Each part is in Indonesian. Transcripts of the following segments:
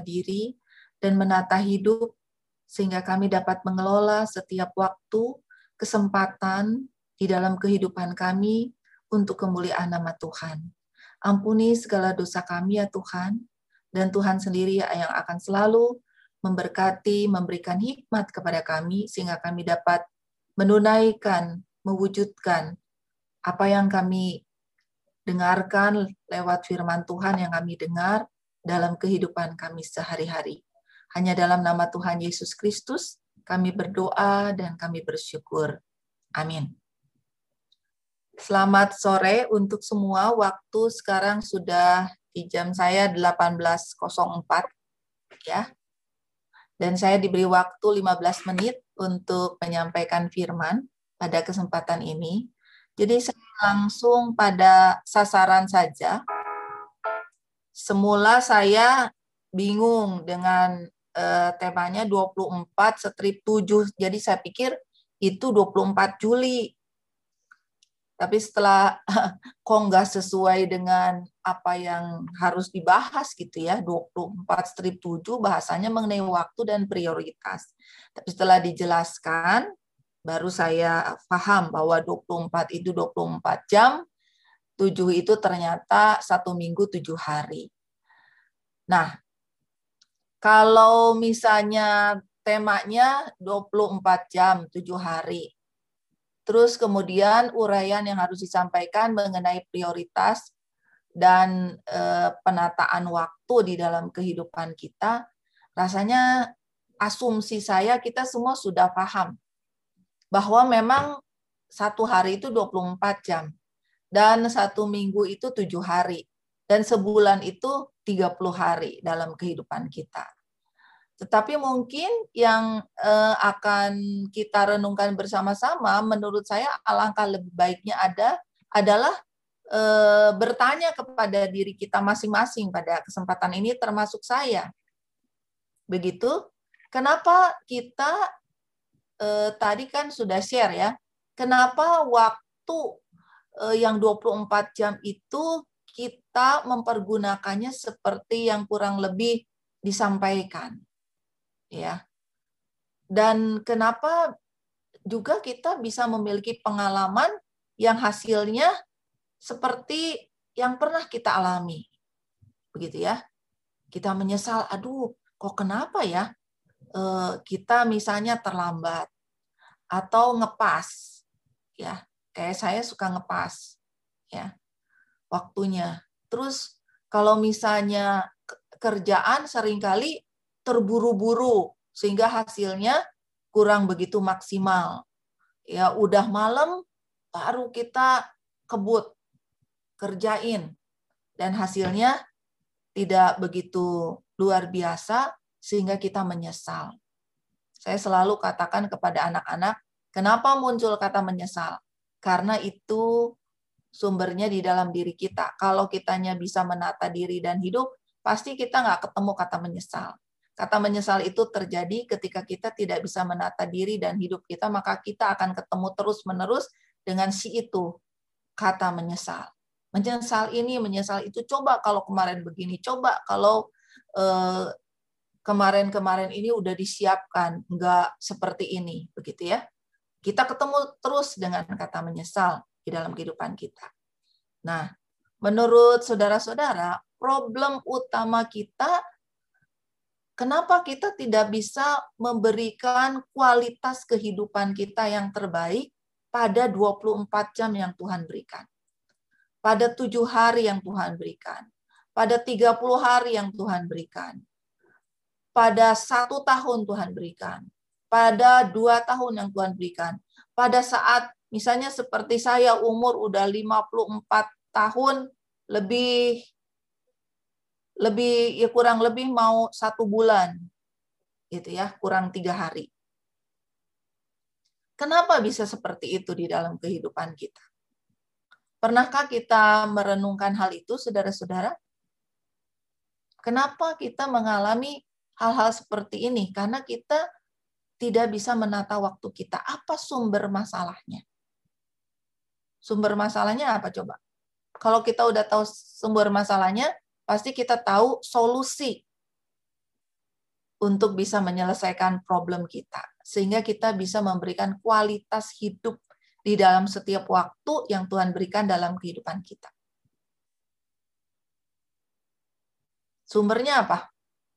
diri dan menata hidup, sehingga kami dapat mengelola setiap waktu, kesempatan di dalam kehidupan kami untuk kemuliaan nama Tuhan. Ampuni segala dosa kami ya Tuhan, dan Tuhan sendiri yang akan selalu memberkati, memberikan hikmat kepada kami, sehingga kami dapat menunaikan, mewujudkan apa yang kami dengarkan lewat firman Tuhan yang kami dengar dalam kehidupan kami sehari-hari. Hanya dalam nama Tuhan Yesus Kristus kami berdoa dan kami bersyukur. Amin. Selamat sore untuk semua. Waktu sekarang sudah di jam saya 18.04 ya. Dan saya diberi waktu 15 menit untuk menyampaikan firman pada kesempatan ini. Jadi saya langsung pada sasaran saja. Semula saya bingung dengan temanya 24 strip 7. Jadi saya pikir itu 24 Juli. Tapi setelah kok nggak sesuai dengan apa yang harus dibahas gitu ya, 24 strip 7 bahasanya mengenai waktu dan prioritas. Tapi setelah dijelaskan, baru saya paham bahwa 24 itu 24 jam, 7 itu ternyata 1 minggu 7 hari. Nah, kalau misalnya temanya 24 jam 7 hari, terus kemudian uraian yang harus disampaikan mengenai prioritas dan penataan waktu di dalam kehidupan kita, rasanya asumsi saya kita semua sudah paham bahwa memang 1 hari itu 24 jam dan 1 minggu itu 7 hari dan sebulan itu 30 hari dalam kehidupan kita. Tetapi mungkin yang akan kita renungkan bersama-sama, menurut saya alangkah lebih baiknya adalah bertanya kepada diri kita masing-masing pada kesempatan ini, termasuk saya. Begitu, kenapa kita tadi kan sudah share ya, kenapa waktu yang 24 jam itu kita mempergunakannya seperti yang kurang lebih disampaikan. Ya. Dan kenapa juga kita bisa memiliki pengalaman yang hasilnya seperti yang pernah kita alami. Begitu ya. Kita menyesal, aduh, kok kenapa ya kita misalnya terlambat atau ngepas. Ya, kayak saya suka ngepas ya waktunya. Terus kalau misalnya kerjaan seringkali terburu-buru sehingga hasilnya kurang begitu maksimal. Ya, udah malam baru kita kebut kerjain dan hasilnya tidak begitu luar biasa sehingga kita menyesal. Saya selalu katakan kepada anak-anak, kenapa muncul kata menyesal? Karena itu sumbernya di dalam diri kita. Kalau kitanya bisa menata diri dan hidup, pasti kita nggak ketemu kata menyesal. Kata menyesal itu terjadi ketika kita tidak bisa menata diri dan hidup kita, maka kita akan ketemu terus-menerus dengan si itu, kata menyesal. Menyesal ini, menyesal itu, coba kalau kemarin begini, coba kalau kemarin-kemarin ini udah disiapkan, nggak seperti ini, begitu ya. Kita ketemu terus dengan kata menyesal di dalam kehidupan kita. Nah, menurut saudara-saudara, problem utama kita, kenapa kita tidak bisa memberikan kualitas kehidupan kita yang terbaik pada 24 jam yang Tuhan berikan. Pada 7 hari yang Tuhan berikan. Pada 30 hari yang Tuhan berikan. Pada 1 tahun Tuhan berikan. Pada 2 tahun yang Tuhan berikan. Pada saat misalnya seperti saya umur udah 54 tahun, lebih ya kurang lebih mau 1 bulan gitu ya, kurang 3 hari. Kenapa bisa seperti itu di dalam kehidupan kita? Pernahkah kita merenungkan hal itu, saudara-saudara? Kenapa kita mengalami hal-hal seperti ini? Karena kita tidak bisa menata waktu kita. Apa sumber masalahnya? Sumber masalahnya apa coba? Kalau kita udah tahu sumber masalahnya, pasti kita tahu solusi untuk bisa menyelesaikan problem kita. Sehingga kita bisa memberikan kualitas hidup di dalam setiap waktu yang Tuhan berikan dalam kehidupan kita. Sumbernya apa?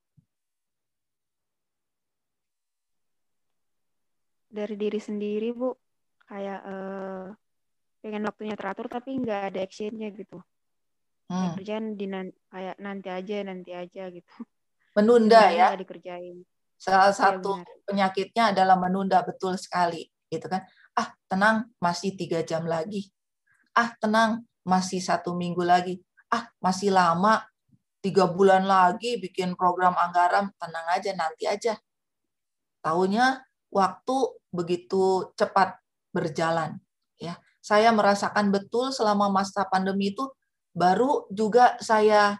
Dari diri sendiri, Bu. Kayak pengen waktunya teratur tapi nggak ada actionnya gitu. Kayak kerjaan kayak nanti aja gitu. Menunda ya. Nggak dikerjain. Salah satu penyakitnya adalah menunda, betul sekali, gitu kan? Ah, tenang, masih 3 jam lagi. Ah, tenang, masih 1 minggu lagi. Ah, masih lama, 3 bulan lagi bikin program anggaran, tenang aja, nanti aja. Taunya waktu begitu cepat berjalan. Ya, saya merasakan betul selama masa pandemi itu, baru juga saya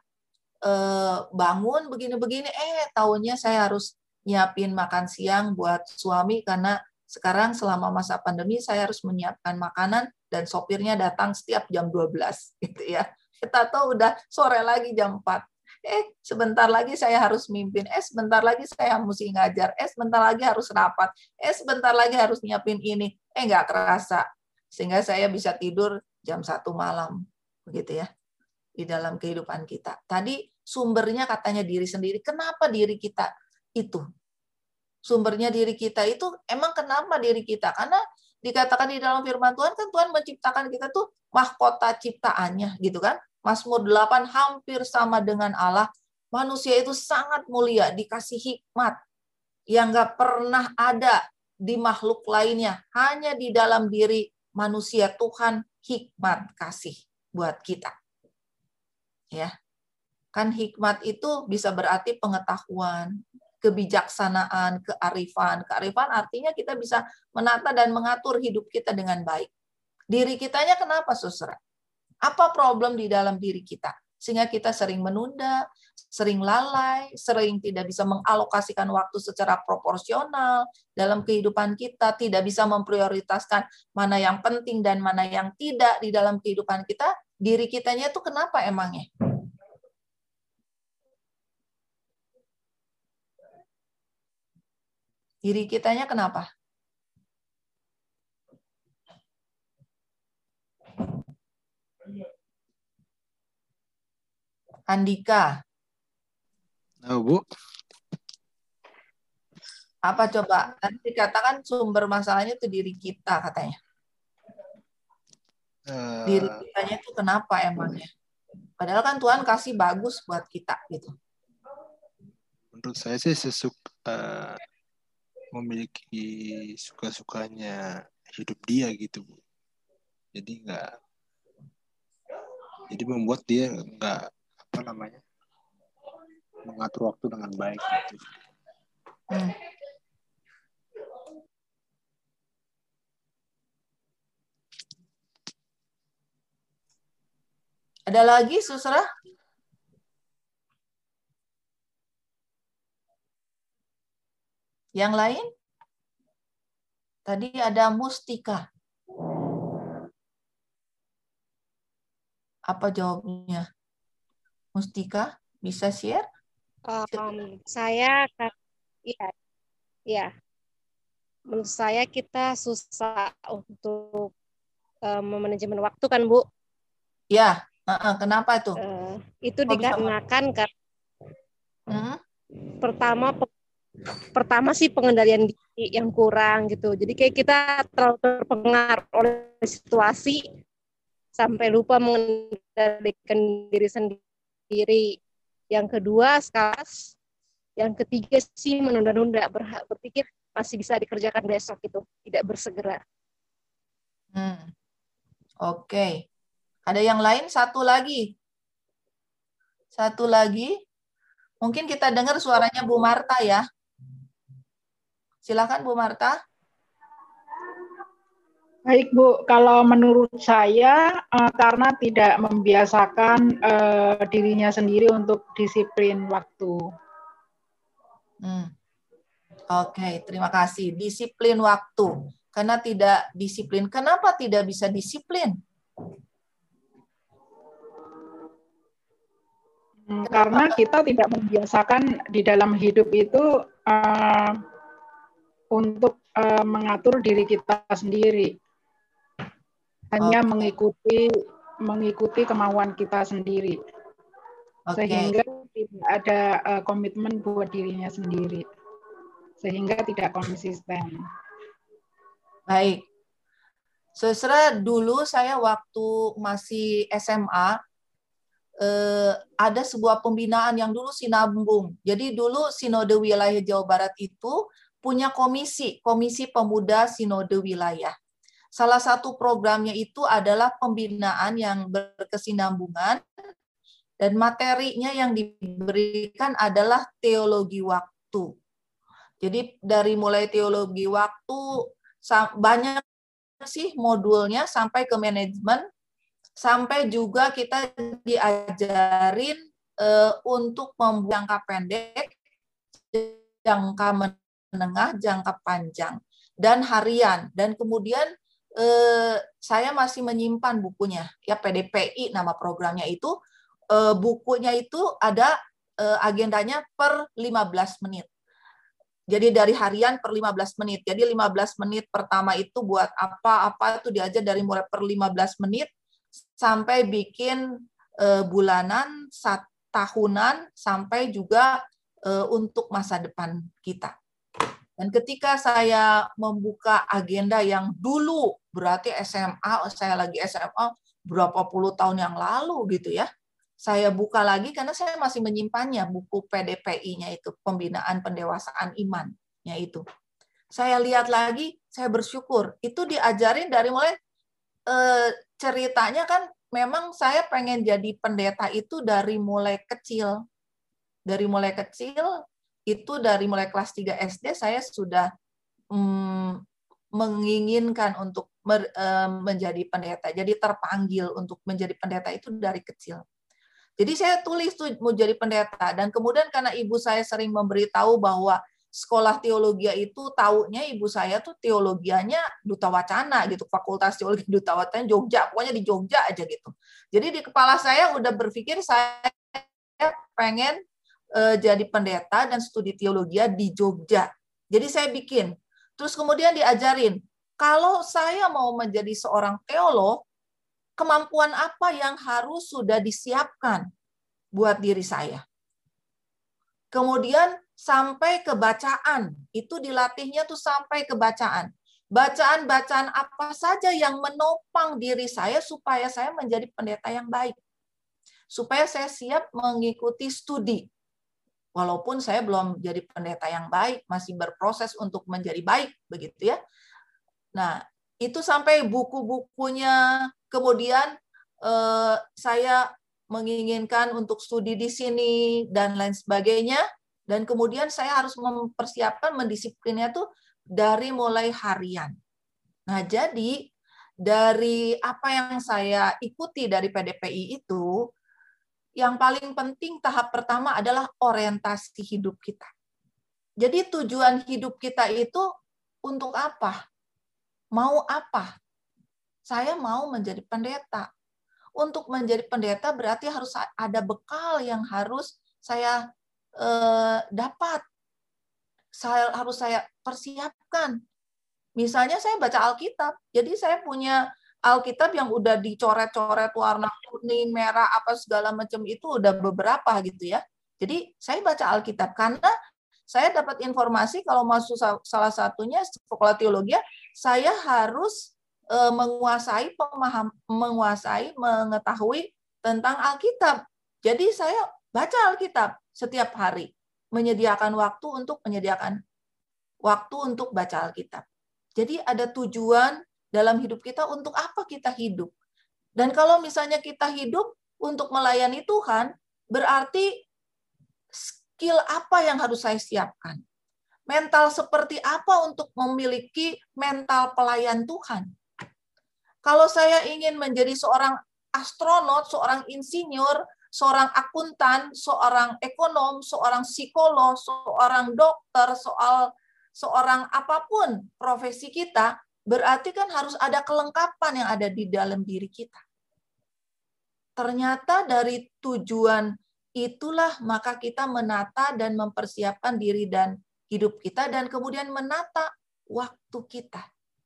bangun begini-begini, taunya saya harus nyiapin makan siang buat suami karena sekarang selama masa pandemi saya harus menyiapkan makanan dan sopirnya datang setiap jam 12 gitu ya. Kita tahu udah sore lagi jam 4. Sebentar lagi saya harus mimpin. Sebentar lagi saya mesti ngajar. Sebentar lagi harus rapat. Sebentar lagi harus nyiapin ini. Nggak kerasa. Sehingga saya bisa tidur jam 1 malam. Begitu ya. Di dalam kehidupan kita. Tadi sumbernya katanya diri sendiri. Kenapa diri kita itu? Sumbernya diri kita itu, emang kenapa diri kita? Karena dikatakan di dalam firman Tuhan, kan Tuhan menciptakan kita tuh mahkota ciptaannya, gitu kan? Mazmur 8 hampir sama dengan Allah. Manusia itu sangat mulia, dikasih hikmat yang nggak pernah ada di makhluk lainnya. Hanya di dalam diri manusia Tuhan hikmat kasih buat kita. Ya, kan hikmat itu bisa berarti pengetahuan, kebijaksanaan, kearifan. Kearifan artinya kita bisa menata dan mengatur hidup kita dengan baik. Diri kitanya kenapa, saudara? Apa problem di dalam diri kita? Sehingga kita sering menunda, sering lalai, sering tidak bisa mengalokasikan waktu secara proporsional dalam kehidupan kita, tidak bisa memprioritaskan mana yang penting dan mana yang tidak di dalam kehidupan kita. Diri kitanya itu kenapa emangnya? Diri kitanya kenapa? Andika. Oh, Bu. Apa coba? Tadi dikatakan sumber masalahnya itu diri kita katanya. Diri kitanya itu kenapa emangnya? Padahal kan Tuhan kasih bagus buat kita gitu. Menurut saya sih memiliki suka-sukanya hidup dia gitu, Bu. Jadi membuat dia nggak mengatur waktu dengan baik gitu. Ada lagi, Susra? Yang lain? Tadi ada Mustika. Apa jawabnya? Mustika, bisa share? Saya, ya, menurut saya kita susah untuk memanajemen waktu kan, Bu? Ya, kenapa tuh? Itu dikarenakan pertama sih pengendalian diri yang kurang gitu. Jadi kayak kita terlalu terpengaruh oleh situasi sampai lupa mengendalikan diri sendiri. Yang kedua, skas. Yang ketiga sih menunda-nunda, berpikir masih bisa dikerjakan besok itu, tidak bersegera. Oke. Ada yang lain? Satu lagi. Mungkin kita dengar suaranya Bu Marta ya. Silakan Bu Marta. Baik Bu, kalau menurut saya karena tidak membiasakan dirinya sendiri untuk disiplin waktu. Oke, terima kasih. Disiplin waktu. Karena tidak disiplin. Kenapa tidak bisa disiplin? Karena kita tidak membiasakan di dalam hidup itu untuk mengatur diri kita sendiri. Hanya mengikuti kemauan kita sendiri. Sehingga tidak ada komitmen buat dirinya sendiri. Sehingga tidak konsisten. Baik. Saudara, dulu saya waktu masih SMA, ada sebuah pembinaan yang dulu sinambung. Jadi dulu Sinode Wilayah Jawa Barat itu punya komisi pemuda Sinode Wilayah. Salah satu programnya itu adalah pembinaan yang berkesinambungan, dan materinya yang diberikan adalah teologi waktu. Jadi dari mulai teologi waktu, banyak sih modulnya sampai ke manajemen, sampai juga kita diajarin untuk membuat jangka pendek, jangka menengah, jangka panjang, dan harian. Dan kemudian saya masih menyimpan bukunya, ya PDPI nama programnya itu. Bukunya itu ada agendanya per 15 menit. Jadi dari harian per 15 menit. Jadi 15 menit pertama itu buat apa itu diajar dari mulai per 15 menit sampai bikin bulanan, tahunan, sampai juga untuk masa depan kita. Dan ketika saya membuka agenda yang dulu, berarti SMA, saya lagi SMA berapa puluh tahun yang lalu gitu ya. Saya buka lagi karena saya masih menyimpannya, buku PDPI-nya itu, Pembinaan Pendewasaan Iman-nya itu. Saya lihat lagi, saya bersyukur. Itu diajarin dari mulai ceritanya kan memang saya pengen jadi pendeta itu dari mulai kecil. Dari mulai kecil, itu dari mulai kelas 3 SD saya sudah menginginkan untuk menjadi pendeta. Jadi terpanggil untuk menjadi pendeta itu dari kecil. Jadi saya tulis tuh mau jadi pendeta, dan kemudian karena ibu saya sering memberitahu bahwa sekolah teologi itu taunya ibu saya tuh teologianya Duta Wacana gitu, Fakultas Teologi Duta Wacana Jogja, pokoknya di Jogja aja gitu. Jadi di kepala saya udah berpikir saya pengen jadi pendeta dan studi teologi di Jogja. Jadi saya bikin. Terus kemudian diajarin, kalau saya mau menjadi seorang teolog, kemampuan apa yang harus sudah disiapkan buat diri saya. Kemudian sampai ke bacaan, itu dilatihnya tuh sampai ke bacaan. Bacaan-bacaan apa saja yang menopang diri saya supaya saya menjadi pendeta yang baik. Supaya saya siap mengikuti studi. Walaupun saya belum jadi pendeta yang baik, masih berproses untuk menjadi baik, begitu ya. Nah, itu sampai buku-bukunya. Kemudian saya menginginkan untuk studi di sini dan lain sebagainya, dan kemudian saya harus mempersiapkan, mendisiplinnya tuh dari mulai harian. Nah, jadi dari apa yang saya ikuti dari PDPI itu, yang paling penting tahap pertama adalah orientasi hidup kita. Jadi tujuan hidup kita itu untuk apa? Mau apa? Saya mau menjadi pendeta. Untuk menjadi pendeta berarti harus ada bekal yang harus saya dapat. Harus saya persiapkan. Misalnya saya baca Alkitab. Jadi saya punya Alkitab yang udah dicoret-coret warna kuning, merah, apa segala macam itu udah beberapa gitu ya. Jadi saya baca Alkitab karena saya dapat informasi kalau masuk salah satunya sekolah teologi, saya harus mengetahui tentang Alkitab. Jadi saya baca Alkitab setiap hari, menyediakan waktu untuk baca Alkitab. Jadi ada tujuan dalam hidup kita, untuk apa kita hidup. Dan kalau misalnya kita hidup untuk melayani Tuhan, berarti skill apa yang harus saya siapkan? Mental seperti apa untuk memiliki mental pelayan Tuhan? Kalau saya ingin menjadi seorang astronot, seorang insinyur, seorang akuntan, seorang ekonom, seorang psikolog, seorang dokter, seorang apapun profesi kita, berarti kan harus ada kelengkapan yang ada di dalam diri kita. Ternyata dari tujuan itulah maka kita menata dan mempersiapkan diri dan hidup kita dan kemudian menata waktu kita.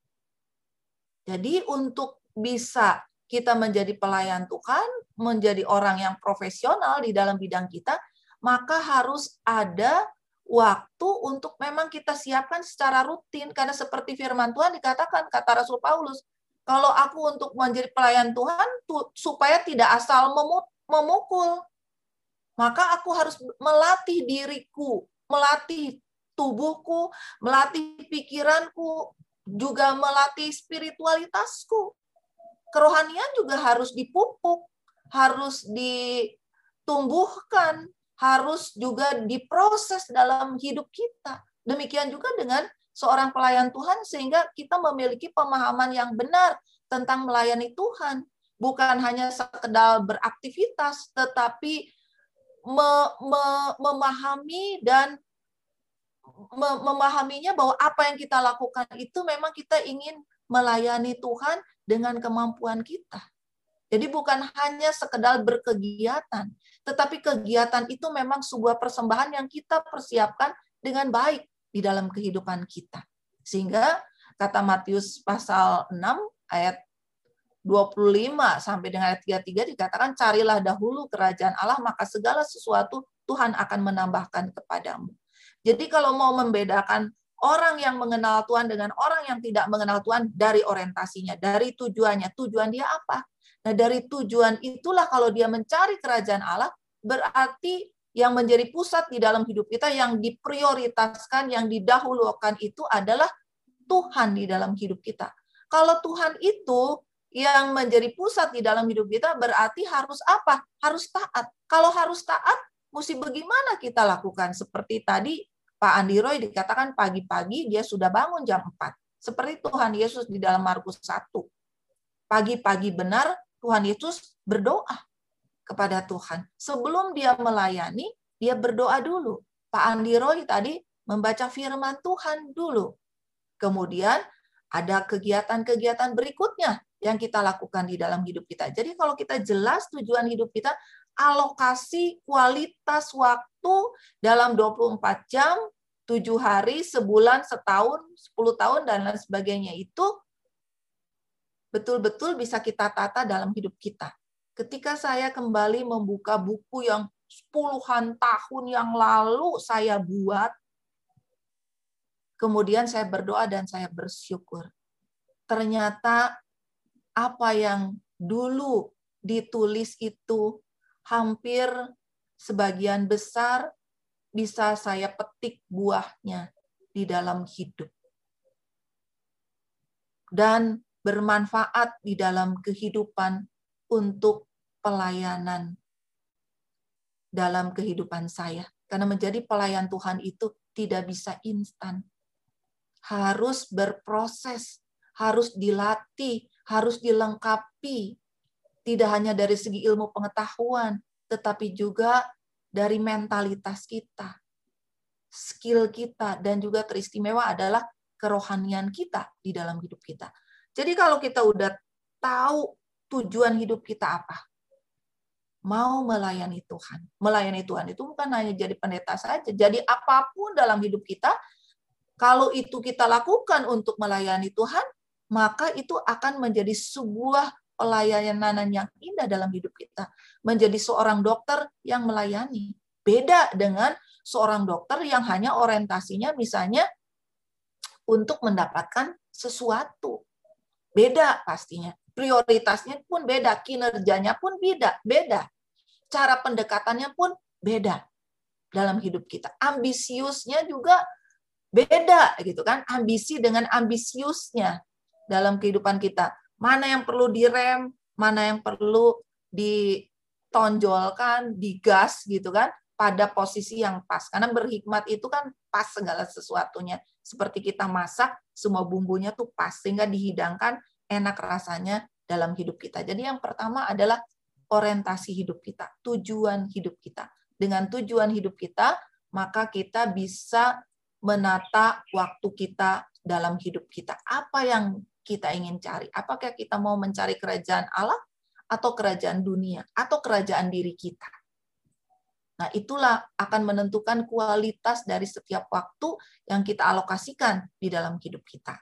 Jadi untuk bisa kita menjadi pelayan Tuhan, menjadi orang yang profesional di dalam bidang kita, maka harus ada waktu untuk memang kita siapkan secara rutin. Karena seperti firman Tuhan dikatakan, kata Rasul Paulus, kalau aku untuk menjadi pelayan Tuhan, supaya tidak asal memukul, maka aku harus melatih diriku, melatih tubuhku, melatih pikiranku, juga melatih spiritualitasku. Kerohanian juga harus dipupuk, harus ditumbuhkan, harus juga diproses dalam hidup kita. Demikian juga dengan seorang pelayan Tuhan, sehingga kita memiliki pemahaman yang benar tentang melayani Tuhan. Bukan hanya sekedar beraktivitas, tetapi memahami dan memahaminya bahwa apa yang kita lakukan itu memang kita ingin melayani Tuhan dengan kemampuan kita. Jadi bukan hanya sekedar berkegiatan, tetapi kegiatan itu memang sebuah persembahan yang kita persiapkan dengan baik di dalam kehidupan kita. Sehingga kata Matius pasal 6 ayat 25 sampai dengan ayat 33 dikatakan, carilah dahulu kerajaan Allah, maka segala sesuatu Tuhan akan menambahkan kepadamu. Jadi kalau mau membedakan orang yang mengenal Tuhan dengan orang yang tidak mengenal Tuhan, dari orientasinya, dari tujuannya, tujuan dia apa? Nah, dari tujuan itulah kalau dia mencari kerajaan Allah, berarti yang menjadi pusat di dalam hidup kita, yang diprioritaskan, yang didahulukan itu adalah Tuhan di dalam hidup kita. Kalau Tuhan itu yang menjadi pusat di dalam hidup kita, berarti harus apa? Harus taat. Kalau harus taat, mesti bagaimana kita lakukan? Seperti tadi Pak Andi Roy dikatakan pagi-pagi dia sudah bangun jam 4. Seperti Tuhan Yesus di dalam Markus 1. Pagi-pagi benar Tuhan Yesus berdoa kepada Tuhan. Sebelum dia melayani, dia berdoa dulu. Pak Andi Roy tadi membaca firman Tuhan dulu. Kemudian ada kegiatan-kegiatan berikutnya yang kita lakukan di dalam hidup kita. Jadi kalau kita jelas tujuan hidup kita, alokasi kualitas waktu dalam 24 jam, 7 hari, sebulan, setahun, 10 tahun, dan lain sebagainya itu betul-betul bisa kita tata dalam hidup kita. Ketika saya kembali membuka buku yang puluhan tahun yang lalu saya buat, kemudian saya berdoa dan saya bersyukur. Ternyata apa yang dulu ditulis itu hampir sebagian besar bisa saya petik buahnya di dalam hidup. Dan bermanfaat di dalam kehidupan untuk pelayanan dalam kehidupan saya. Karena menjadi pelayan Tuhan itu tidak bisa instan. Harus berproses, harus dilatih, harus dilengkapi. Tidak hanya dari segi ilmu pengetahuan, tetapi juga dari mentalitas kita, skill kita, dan juga teristimewa adalah kerohanian kita di dalam hidup kita. Jadi kalau kita udah tahu tujuan hidup kita apa, mau melayani Tuhan. Melayani Tuhan itu bukan hanya jadi pendeta saja, jadi apapun dalam hidup kita, kalau itu kita lakukan untuk melayani Tuhan, maka itu akan menjadi sebuah pelayanan yang indah dalam hidup kita. Menjadi seorang dokter yang melayani. Beda dengan seorang dokter yang hanya orientasinya misalnya untuk mendapatkan sesuatu. Beda pastinya. Prioritasnya pun beda. Kinerjanya pun beda. Cara pendekatannya pun beda dalam hidup kita. Ambisiusnya juga beda gitu kan. Ambisi dengan ambisiusnya dalam kehidupan kita. Mana yang perlu direm, mana yang perlu ditonjolkan, digas gitu kan, pada posisi yang pas. Karena berhikmat itu kan pas segala sesuatunya. Seperti kita masak, semua bumbunya tuh pas, sehingga dihidangkan enak rasanya dalam hidup kita. Jadi yang pertama adalah orientasi hidup kita, tujuan hidup kita. Dengan tujuan hidup kita, maka kita bisa menata waktu kita dalam hidup kita. Apa yang kita ingin cari? Apakah kita mau mencari kerajaan Allah atau kerajaan dunia atau kerajaan diri kita? Nah, itulah akan menentukan kualitas dari setiap waktu yang kita alokasikan di dalam hidup kita.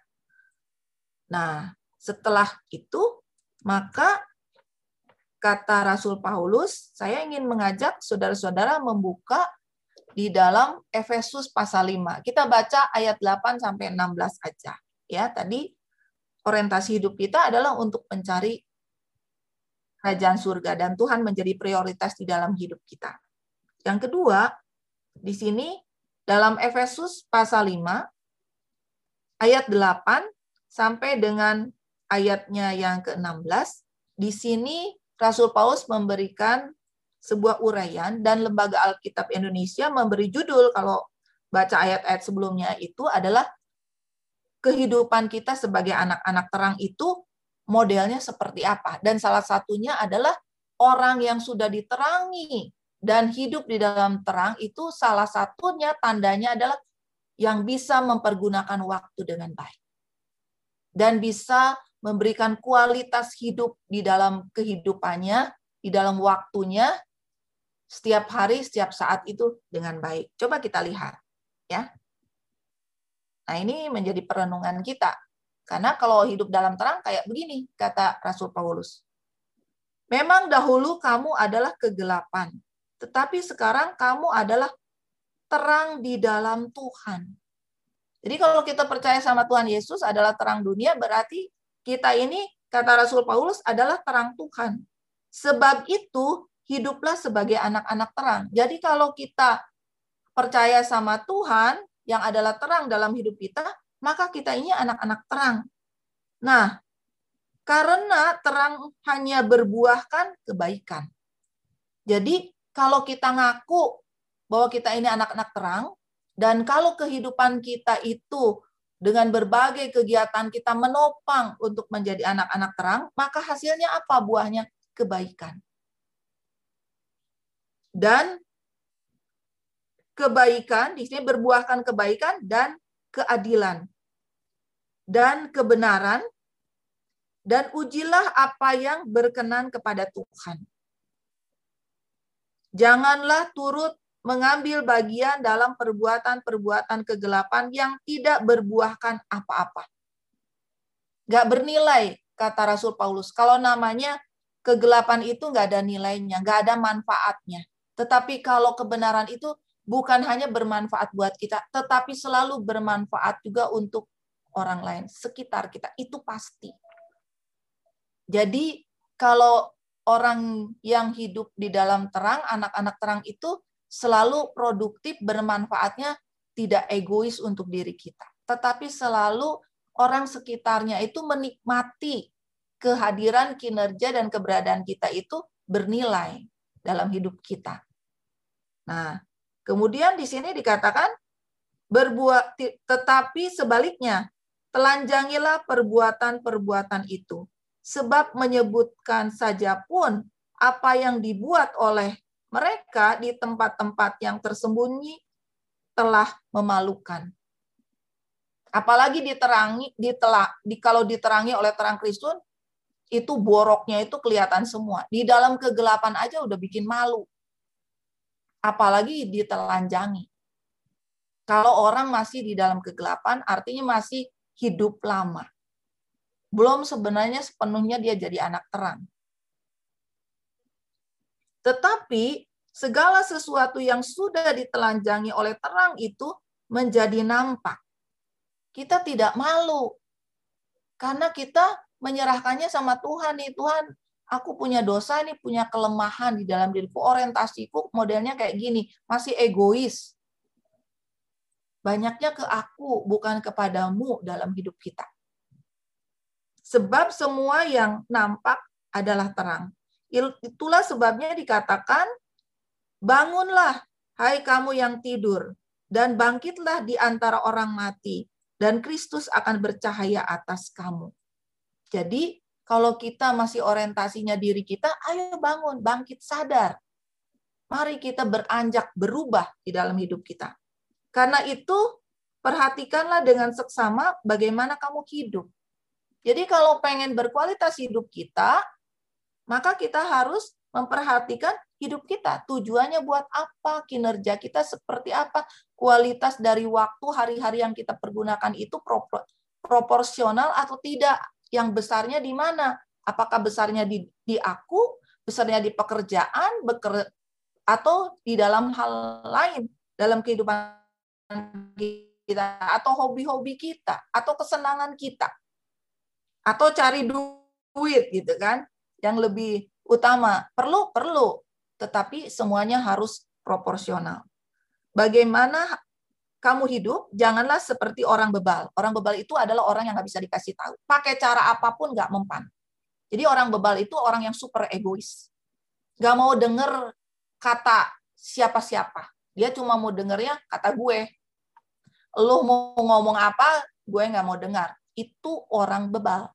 Nah, setelah itu, maka kata Rasul Paulus, saya ingin mengajak saudara-saudara membuka di dalam Efesus pasal 5. Kita baca ayat 8 sampai 16 aja. Ya, tadi orientasi hidup kita adalah untuk mencari kerajaan surga dan Tuhan menjadi prioritas di dalam hidup kita. Yang kedua, di sini dalam Efesus pasal 5 ayat 8 sampai dengan ayatnya yang ke-16, di sini Rasul Paulus memberikan sebuah uraian dan Lembaga Alkitab Indonesia memberi judul, kalau baca ayat-ayat sebelumnya itu adalah kehidupan kita sebagai anak-anak terang itu modelnya seperti apa. Dan salah satunya adalah orang yang sudah diterangi dan hidup di dalam terang itu salah satunya tandanya adalah yang bisa mempergunakan waktu dengan baik. Dan bisa memberikan kualitas hidup di dalam kehidupannya, di dalam waktunya, setiap hari, setiap saat itu dengan baik. Coba kita lihat. Ya. Nah, ini menjadi perenungan kita. Karena kalau hidup dalam terang kayak begini, kata Rasul Paulus. Memang dahulu kamu adalah kegelapan, tetapi sekarang kamu adalah terang di dalam Tuhan. Jadi kalau kita percaya sama Tuhan Yesus adalah terang dunia, berarti kita ini, kata Rasul Paulus, adalah terang Tuhan. Sebab itu, hiduplah sebagai anak-anak terang. Jadi kalau kita percaya sama Tuhan, yang adalah terang dalam hidup kita, maka kita ini anak-anak terang. Nah, karena terang hanya berbuahkan kebaikan. Jadi kalau kita ngaku bahwa kita ini anak-anak terang, dan kalau kehidupan kita itu dengan berbagai kegiatan kita menopang untuk menjadi anak-anak terang, maka hasilnya apa buahnya? Kebaikan. Dan kebaikan, di sini berbuahkan kebaikan dan keadilan. Dan kebenaran, dan ujilah apa yang berkenan kepada Tuhan. Janganlah turut mengambil bagian dalam perbuatan-perbuatan kegelapan yang tidak berbuahkan apa-apa. Nggak bernilai, kata Rasul Paulus. Kalau namanya kegelapan itu nggak ada nilainya, nggak ada manfaatnya. Tetapi kalau kebenaran itu bukan hanya bermanfaat buat kita, tetapi selalu bermanfaat juga untuk orang lain, sekitar kita. Itu pasti. Jadi kalau orang yang hidup di dalam terang, anak-anak terang itu selalu produktif, bermanfaatnya, tidak egois untuk diri kita. Tetapi selalu orang sekitarnya itu menikmati kehadiran, kinerja, dan keberadaan kita itu bernilai dalam hidup kita. Nah, kemudian di sini dikatakan, tetapi sebaliknya, telanjangilah perbuatan-perbuatan itu. Sebab menyebutkan saja pun apa yang dibuat oleh mereka di tempat-tempat yang tersembunyi telah memalukan. Apalagi kalau diterangi oleh terang Kristus, itu boroknya itu kelihatan semua. Di dalam kegelapan aja udah bikin malu. Apalagi ditelanjangi. Kalau orang masih di dalam kegelapan, artinya masih hidup lama. Belum sebenarnya sepenuhnya dia jadi anak terang. Tetapi segala sesuatu yang sudah ditelanjangi oleh terang itu menjadi nampak. Kita tidak malu. Karena kita menyerahkannya sama Tuhan nih. Tuhan, aku punya dosa nih, punya kelemahan di dalam diriku. Orientasiku modelnya kayak gini. Masih egois. Banyaknya ke aku, bukan kepadamu dalam hidup kita. Sebab semua yang nampak adalah terang. Itulah sebabnya dikatakan, bangunlah, hai kamu yang tidur, dan bangkitlah di antara orang mati, dan Kristus akan bercahaya atas kamu. Jadi, kalau kita masih orientasinya diri kita, ayo bangun, bangkit, sadar. Mari kita beranjak, berubah di dalam hidup kita. Karena itu, perhatikanlah dengan seksama bagaimana kamu hidup. Jadi kalau pengen berkualitas hidup kita, maka kita harus memperhatikan hidup kita. Tujuannya buat apa? Kinerja kita seperti apa? Kualitas dari waktu hari-hari yang kita pergunakan itu proporsional atau tidak? Yang besarnya di mana? Apakah besarnya di aku, besarnya di pekerjaan, atau di dalam hal lain, dalam kehidupan kita, atau hobi-hobi kita, atau kesenangan kita, atau cari duit gitu kan? Yang lebih utama, perlu, tetapi semuanya harus proporsional. Bagaimana kamu hidup, janganlah seperti orang bebal. Orang bebal itu adalah orang yang nggak bisa dikasih tahu. Pakai cara apapun nggak mempan. Jadi orang bebal itu orang yang super egois. Nggak mau denger kata siapa-siapa. Dia cuma mau dengernya kata gue. Lu mau ngomong apa, gue nggak mau dengar. Itu orang bebal.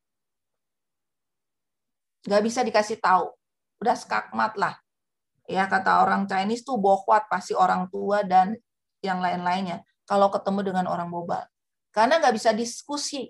Nggak bisa dikasih tahu. Udah skakmat lah. Ya, kata orang Chinese tuh bohwat, pasti orang tua dan yang lain-lainnya. Kalau ketemu dengan orang bebal. Karena nggak bisa diskusi.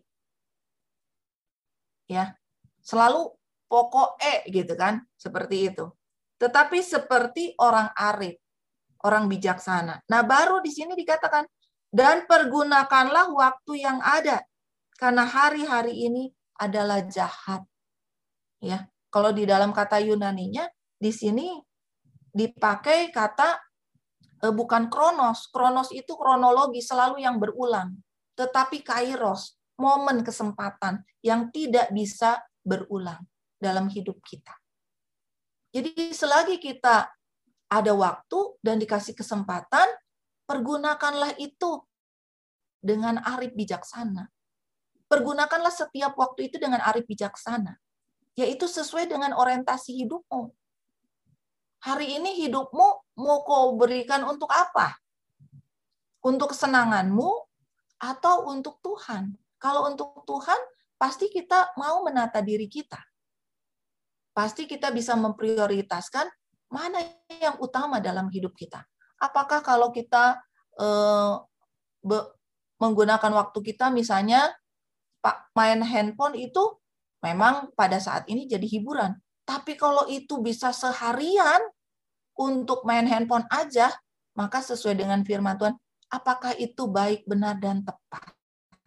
Ya, selalu pokoknya gitu kan. Seperti itu. Tetapi seperti orang arif. Orang bijaksana. Nah, baru di sini dikatakan, dan pergunakanlah waktu yang ada. Karena hari-hari ini adalah jahat. Ya, kalau di dalam kata Yunaninya, di sini dipakai kata bukan kronos. Kronos itu kronologi selalu yang berulang. Tetapi kairos, momen kesempatan yang tidak bisa berulang dalam hidup kita. Jadi selagi kita ada waktu dan dikasih kesempatan, pergunakanlah itu dengan arif bijaksana. Pergunakanlah setiap waktu itu dengan arif bijaksana. Yaitu sesuai dengan orientasi hidupmu. Hari ini hidupmu mau kau berikan untuk apa? Untuk kesenanganmu atau untuk Tuhan? Kalau untuk Tuhan, pasti kita mau menata diri kita. Pasti kita bisa memprioritaskan mana yang utama dalam hidup kita. Apakah kalau kita menggunakan waktu kita misalnya main handphone itu memang pada saat ini jadi hiburan. Tapi kalau itu bisa seharian untuk main handphone aja, maka sesuai dengan firman Tuhan, apakah itu baik, benar, dan tepat?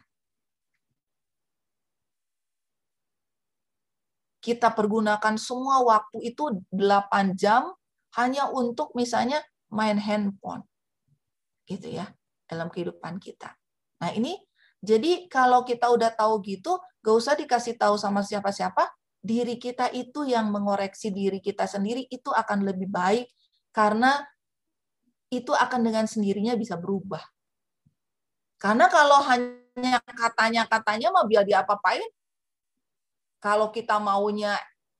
Kita pergunakan semua waktu itu 8 jam hanya untuk misalnya main handphone. Gitu ya, dalam kehidupan kita. Nah ini, jadi kalau kita udah tahu gitu, gak usah dikasih tahu sama siapa-siapa, diri kita itu yang mengoreksi diri kita sendiri, itu akan lebih baik, karena itu akan dengan sendirinya bisa berubah. Karena kalau hanya katanya mau biar diapa-apain, kalau kita maunya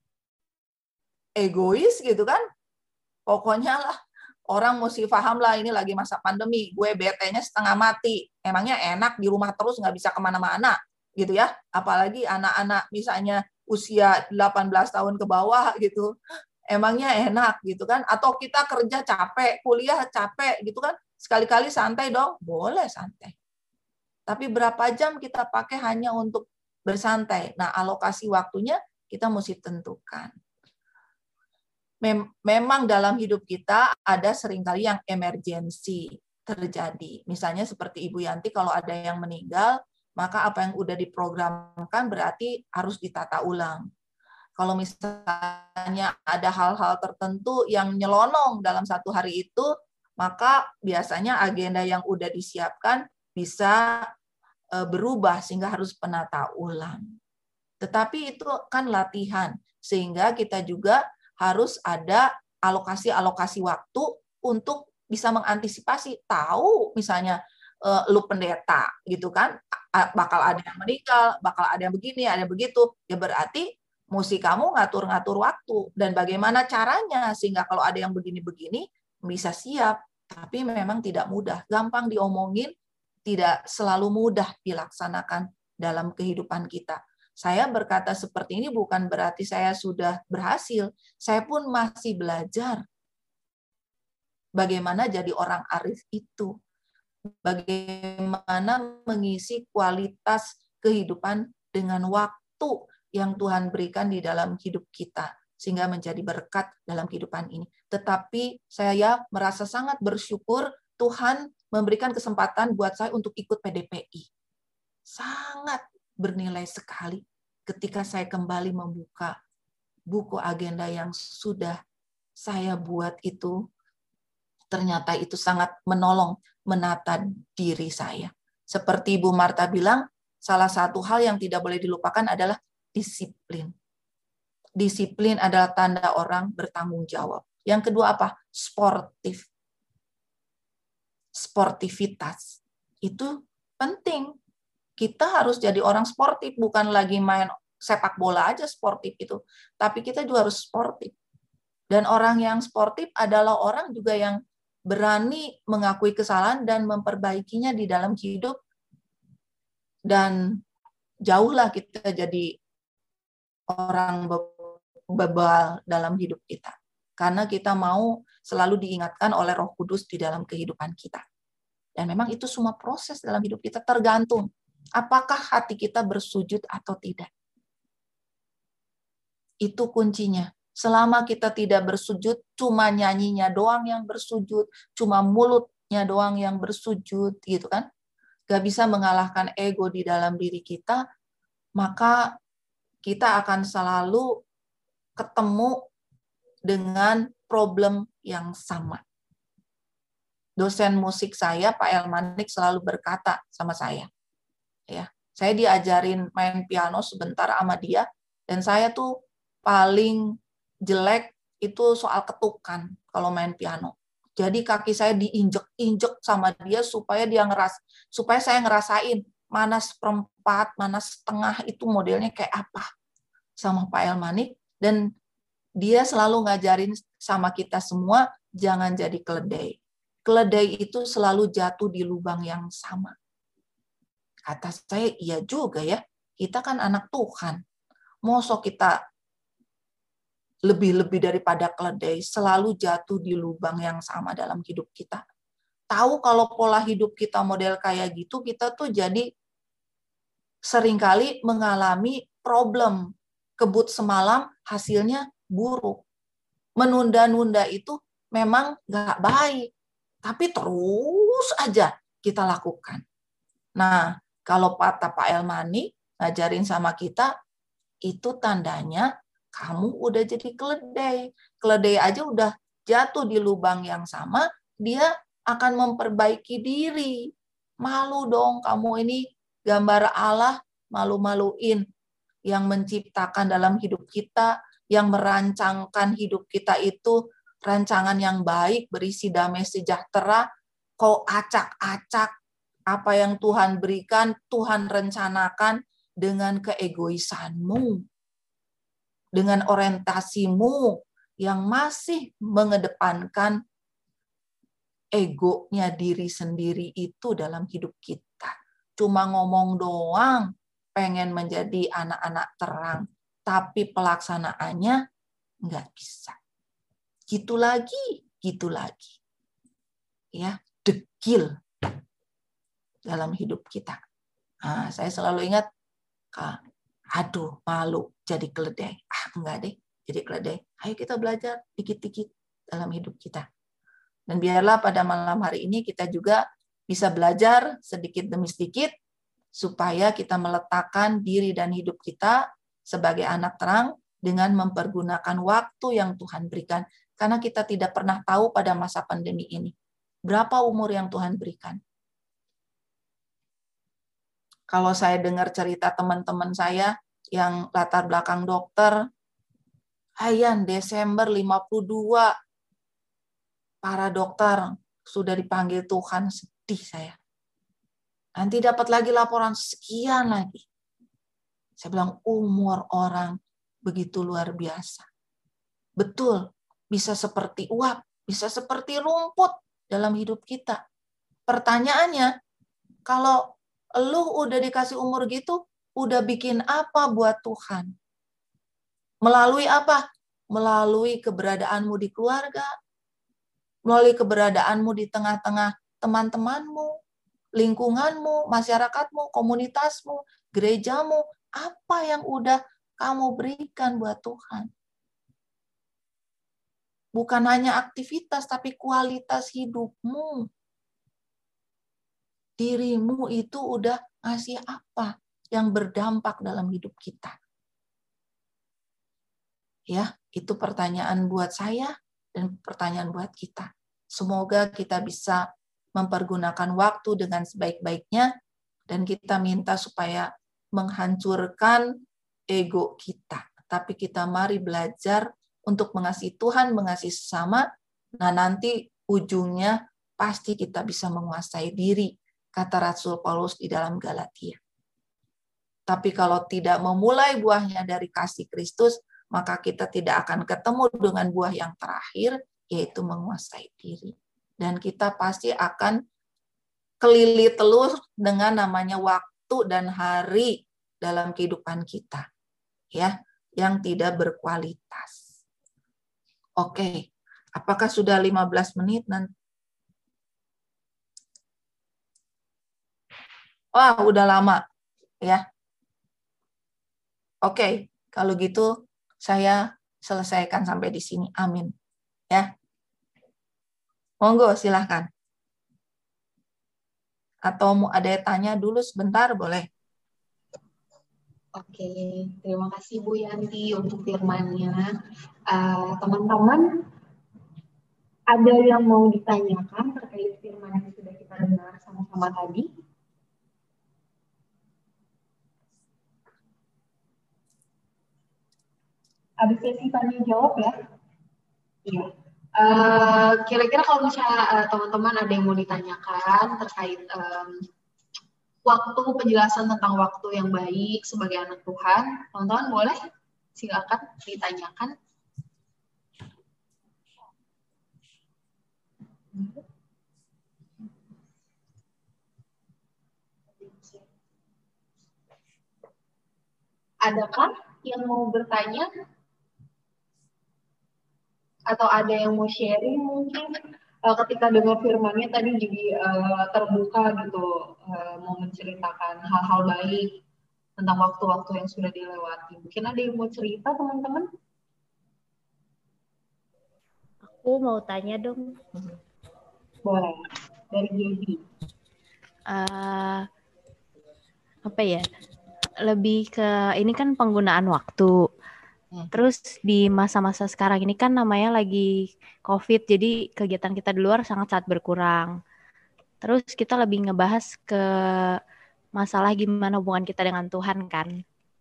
egois gitu kan, pokoknya lah, orang mesti paham lah ini lagi masa pandemi, gue bete-nya setengah mati. Emangnya enak di rumah terus nggak bisa kemana-mana gitu ya. Apalagi anak-anak misalnya usia 18 tahun ke bawah gitu. Emangnya enak gitu kan. Atau kita kerja capek, kuliah capek gitu kan. Sekali-kali santai dong. Boleh santai. Tapi berapa jam kita pakai hanya untuk bersantai. Nah, alokasi waktunya kita mesti tentukan. Memang dalam hidup kita ada seringkali yang emergensi terjadi. Misalnya seperti Ibu Yanti, kalau ada yang meninggal, maka apa yang udah diprogramkan berarti harus ditata ulang. Kalau misalnya ada hal-hal tertentu yang nyelonong dalam satu hari itu, maka biasanya agenda yang udah disiapkan bisa berubah sehingga harus penata ulang. Tetapi itu kan latihan, sehingga kita juga harus ada alokasi waktu untuk bisa mengantisipasi. Tahu misalnya lu pendeta gitu kan, bakal ada yang meninggal, bakal ada yang begini, ada yang begitu. Ya berarti mesti kamu ngatur-ngatur waktu dan bagaimana caranya sehingga kalau ada yang begini-begini bisa siap. Tapi memang tidak mudah, gampang diomongin, tidak selalu mudah dilaksanakan dalam kehidupan kita. Saya berkata seperti ini bukan berarti saya sudah berhasil. Saya pun masih belajar bagaimana jadi orang arif itu. Bagaimana mengisi kualitas kehidupan dengan waktu yang Tuhan berikan di dalam hidup kita. sehingga menjadi berkat dalam kehidupan ini. Tetapi saya merasa sangat bersyukur Tuhan memberikan kesempatan buat saya untuk ikut PDPI. Sangat bernilai sekali ketika saya kembali membuka buku agenda yang sudah saya buat itu. Ternyata itu sangat menolong menata diri saya. Seperti Ibu Marta bilang, salah satu hal yang tidak boleh dilupakan adalah disiplin. Disiplin adalah tanda orang bertanggung jawab. Yang kedua apa? Sportif. Sportivitas. Itu penting. Kita harus jadi orang sportif, bukan lagi main sepak bola aja sportif itu. Tapi kita juga harus sportif. Dan orang yang sportif adalah orang juga yang berani mengakui kesalahan dan memperbaikinya di dalam hidup. Dan jauhlah kita jadi orang bebal dalam hidup kita. Karena kita mau selalu diingatkan oleh Roh Kudus di dalam kehidupan kita. Dan memang itu semua proses dalam hidup kita tergantung. Apakah hati kita bersujud atau tidak. Itu kuncinya. Selama kita tidak bersujud, cuma nyanyinya doang yang bersujud, cuma mulutnya doang yang bersujud, gitu kan. Gak bisa mengalahkan ego di dalam diri kita, maka kita akan selalu ketemu dengan problem yang sama. Dosen musik saya, Pak Elmanik, selalu berkata sama saya. Ya, saya diajarin main piano sebentar sama dia, dan saya tuh paling jelek itu soal ketukan kalau main piano. Jadi kaki saya diinjek-injek sama dia supaya saya ngerasain mana seperempat, mana setengah itu modelnya kayak apa sama Pak Elmanik. Dan dia selalu ngajarin sama kita semua, jangan jadi keledai. Keledai itu selalu jatuh di lubang yang sama. Kata saya, iya juga ya. Kita kan anak Tuhan. Mosok kita lebih-lebih daripada keledai, selalu jatuh di lubang yang sama dalam hidup kita. Tahu kalau pola hidup kita model kayak gitu, kita tuh jadi seringkali mengalami problem. Kebut semalam, hasilnya buruk. Menunda-nunda itu memang nggak baik, tapi terus aja kita lakukan. Nah, kalau kata Pak Elmani ngajarin sama kita, itu tandanya kamu udah jadi keledai. Keledai aja udah jatuh di lubang yang sama, dia akan memperbaiki diri. Malu dong kamu ini gambar Allah, malu-maluin. Yang menciptakan dalam hidup kita, yang merancangkan hidup kita itu rancangan yang baik, berisi damai sejahtera, kau acak-acak apa yang Tuhan berikan, Tuhan rencanakan dengan keegoisanmu, dengan orientasimu yang masih mengedepankan egonya diri sendiri itu dalam hidup kita. Cuma ngomong doang, pengen menjadi anak-anak terang, tapi pelaksanaannya nggak bisa. Gitu lagi. Ya, degil dalam hidup kita. Nah, saya selalu ingat, aduh malu jadi keledai. Enggak deh, jadi keledai. Ayo kita belajar dikit-dikit dalam hidup kita. Dan biarlah pada malam hari ini kita juga bisa belajar sedikit demi sedikit supaya kita meletakkan diri dan hidup kita sebagai anak terang dengan mempergunakan waktu yang Tuhan berikan. Karena kita tidak pernah tahu pada masa pandemi ini berapa umur yang Tuhan berikan. Kalau saya dengar cerita teman-teman saya yang latar belakang dokter, Hayan Desember 52, para dokter sudah dipanggil Tuhan, sedih saya. Nanti dapat lagi laporan sekian lagi. Saya bilang umur orang begitu luar biasa. Betul, bisa seperti uap, bisa seperti rumput dalam hidup kita. Pertanyaannya, kalau lu udah dikasih umur gitu, udah bikin apa buat Tuhan? Melalui apa? Melalui keberadaanmu di keluarga, melalui keberadaanmu di tengah-tengah teman-temanmu, lingkunganmu, masyarakatmu, komunitasmu, gerejamu, apa yang udah kamu berikan buat Tuhan? Bukan hanya aktivitas, tapi kualitas hidupmu. Dirimu itu udah ngasih apa yang berdampak dalam hidup kita? Ya, itu pertanyaan buat saya dan pertanyaan buat kita. Semoga kita bisa mempergunakan waktu dengan sebaik-baiknya dan kita minta supaya menghancurkan ego kita. Tapi kita mari belajar untuk mengasihi Tuhan, mengasihi sesama. Nah, nanti ujungnya pasti kita bisa menguasai diri, kata Rasul Paulus di dalam Galatia. Tapi kalau tidak memulai buahnya dari kasih Kristus, maka kita tidak akan ketemu dengan buah yang terakhir, yaitu menguasai diri. Dan kita pasti akan kelilit telur dengan namanya waktu dan hari dalam kehidupan kita, ya, yang tidak berkualitas. Oke, apakah sudah 15 menit? Wah, udah lama, ya. Oke, kalau gitu saya selesaikan sampai di sini. Amin. Ya. Monggo, silahkan. Atau mau ada yang tanya dulu sebentar, boleh. Oke, terima kasih Bu Yanti untuk firman-nya. Teman-teman, ada yang mau ditanyakan terkait firman yang sudah kita dengar sama-sama tadi? Ada sesi tanya jawab ya? Iya. Kira-kira kalau misalnya teman-teman ada yang mau ditanyakan terkait waktu, penjelasan tentang waktu yang baik sebagai anak Tuhan, teman-teman boleh silakan ditanyakan. Adakah yang mau bertanya? Atau ada yang mau sharing mungkin ketika dengar firman-nya tadi jadi terbuka gitu, mau menceritakan hal-hal baik tentang waktu-waktu yang sudah dilewati. Mungkin ada yang mau cerita, teman-teman? Aku mau tanya dong. Boleh. Dari Gaby. Apa ya? Lebih ke ini kan penggunaan waktu. Terus di masa-masa sekarang ini kan namanya lagi COVID, jadi kegiatan kita di luar sangat-sangat berkurang. Terus kita lebih ngebahas ke masalah gimana hubungan kita dengan Tuhan kan.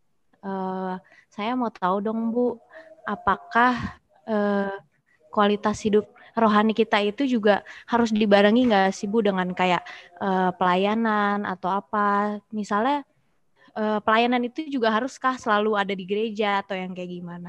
Saya mau tahu dong Bu, apakah kualitas hidup rohani kita itu juga harus dibarengi nggak sih Bu dengan kayak pelayanan atau apa? Misalnya pelayanan itu juga haruskah selalu ada di gereja atau yang kayak gimana?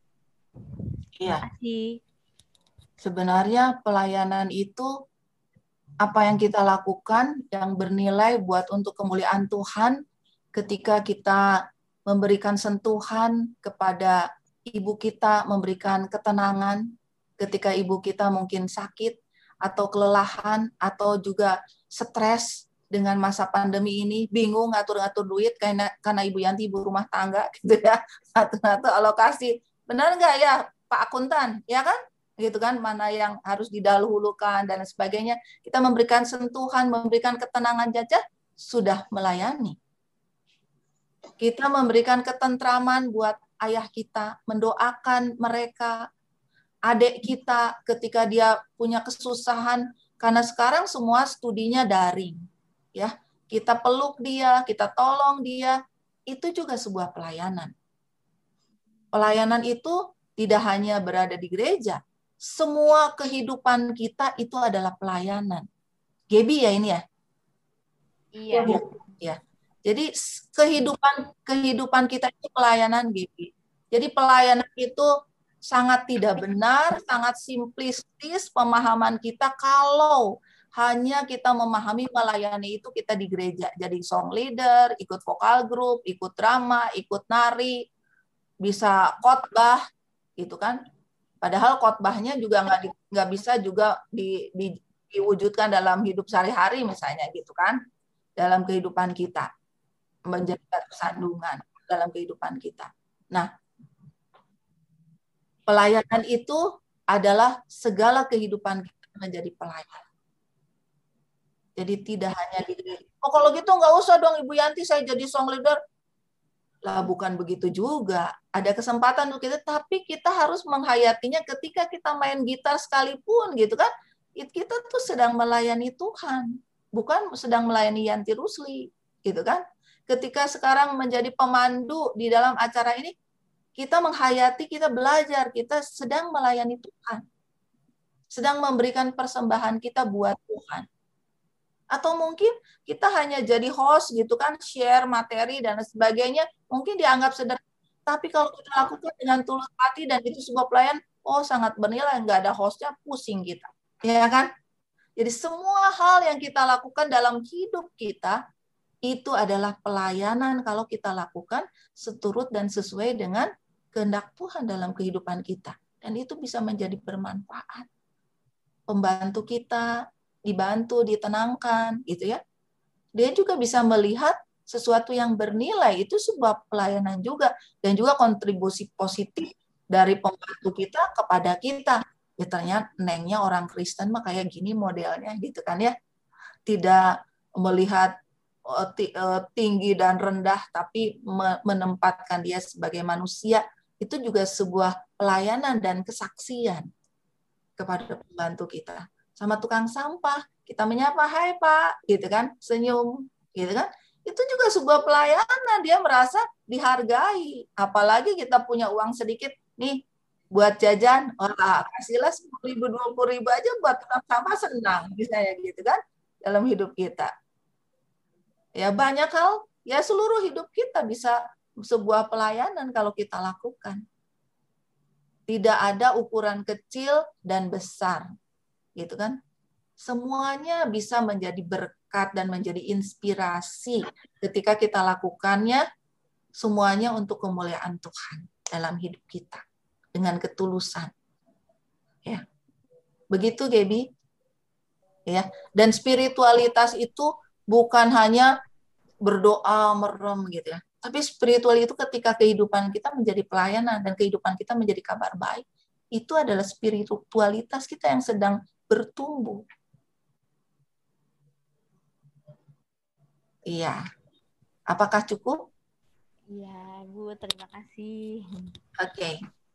Iya. Terima kasih. Sebenarnya pelayanan itu apa yang kita lakukan yang bernilai buat untuk kemuliaan Tuhan ketika kita memberikan sentuhan kepada ibu kita, memberikan ketenangan ketika ibu kita mungkin sakit atau kelelahan atau juga stres dengan masa pandemi ini, bingung ngatur-ngatur duit karena Ibu Yanti ibu rumah tangga gitu ya, ngatur-ngatur alokasi. Benar nggak ya Pak Akuntan? Ya kan? Gitu kan, mana yang harus didahulukan dan sebagainya. Kita memberikan sentuhan, memberikan ketenangan saja sudah melayani. Kita memberikan ketentraman buat ayah kita, mendoakan mereka, adik kita ketika dia punya kesusahan, karena sekarang semua studinya daring. Ya, kita peluk dia, kita tolong dia, itu juga sebuah pelayanan. Pelayanan itu tidak hanya berada di gereja, semua kehidupan kita itu adalah pelayanan. Gaby ya ini ya? Iya. Ya. Jadi kehidupan kita itu pelayanan, Gaby. Jadi pelayanan itu sangat tidak benar, sangat simplistis pemahaman kita kalau hanya kita memahami melayani itu kita di gereja. Jadi song leader, ikut vokal group, ikut drama, ikut nari, bisa khotbah, gitu kan. Padahal khotbahnya juga nggak bisa juga diwujudkan dalam hidup sehari-hari misalnya gitu kan. Dalam kehidupan kita. Menjadi sandungan dalam kehidupan kita. Nah, pelayanan itu adalah segala kehidupan kita menjadi pelayan. Jadi tidak hanya kalau gitu nggak usah dong Ibu Yanti saya jadi song leader. Lah bukan begitu juga. Ada kesempatan untuk kita, tapi kita harus menghayatinya ketika kita main gitar sekalipun gitu kan. Kita tuh sedang melayani Tuhan, bukan sedang melayani Yanti Rusli gitu kan. Ketika sekarang menjadi pemandu di dalam acara ini, kita menghayati, kita belajar, kita sedang melayani Tuhan. Sedang memberikan persembahan kita buat Tuhan. Atau mungkin kita hanya jadi host gitu kan, share materi dan sebagainya, mungkin dianggap sederhana. Tapi kalau kita lakukan dengan tulus hati dan itu sebuah pelayan, sangat bernilai, nggak ada hostnya, pusing kita. Ya kan? Jadi semua hal yang kita lakukan dalam hidup kita, itu adalah pelayanan kalau kita lakukan seturut dan sesuai dengan kehendak Tuhan dalam kehidupan kita. Dan itu bisa menjadi bermanfaat. Pembantu kita, dibantu, ditenangkan, gitu ya. Dia juga bisa melihat sesuatu yang bernilai, itu sebuah pelayanan juga, dan juga kontribusi positif dari pembantu kita kepada kita. Ya ternyata nengnya orang Kristen mah kayak gini modelnya, gitu kan ya. Tidak melihat tinggi dan rendah, tapi menempatkan dia sebagai manusia, itu juga sebuah pelayanan dan kesaksian kepada pembantu kita. Sama tukang sampah, kita menyapa, hai Pak, gitu kan, senyum, gitu kan. Itu juga sebuah pelayanan, dia merasa dihargai. Apalagi kita punya uang sedikit, nih, buat jajan, kasihlah 10.000, 20.000 aja buat tukang sampah, senang, misalnya gitu kan, dalam hidup kita. Ya banyak hal, ya seluruh hidup kita bisa sebuah pelayanan kalau kita lakukan. Tidak ada ukuran kecil dan besar. Gitu kan? Semuanya bisa menjadi berkat dan menjadi inspirasi ketika kita lakukannya, semuanya untuk kemuliaan Tuhan dalam hidup kita dengan ketulusan. Ya. Begitu Gaby. Ya. Dan spiritualitas itu bukan hanya berdoa merem gitu ya. Tapi spiritual itu ketika kehidupan kita menjadi pelayanan dan kehidupan kita menjadi kabar baik, itu adalah spiritualitas kita yang sedang bertumbuh. Iya. Apakah cukup? Iya, Bu. Terima kasih. Oke.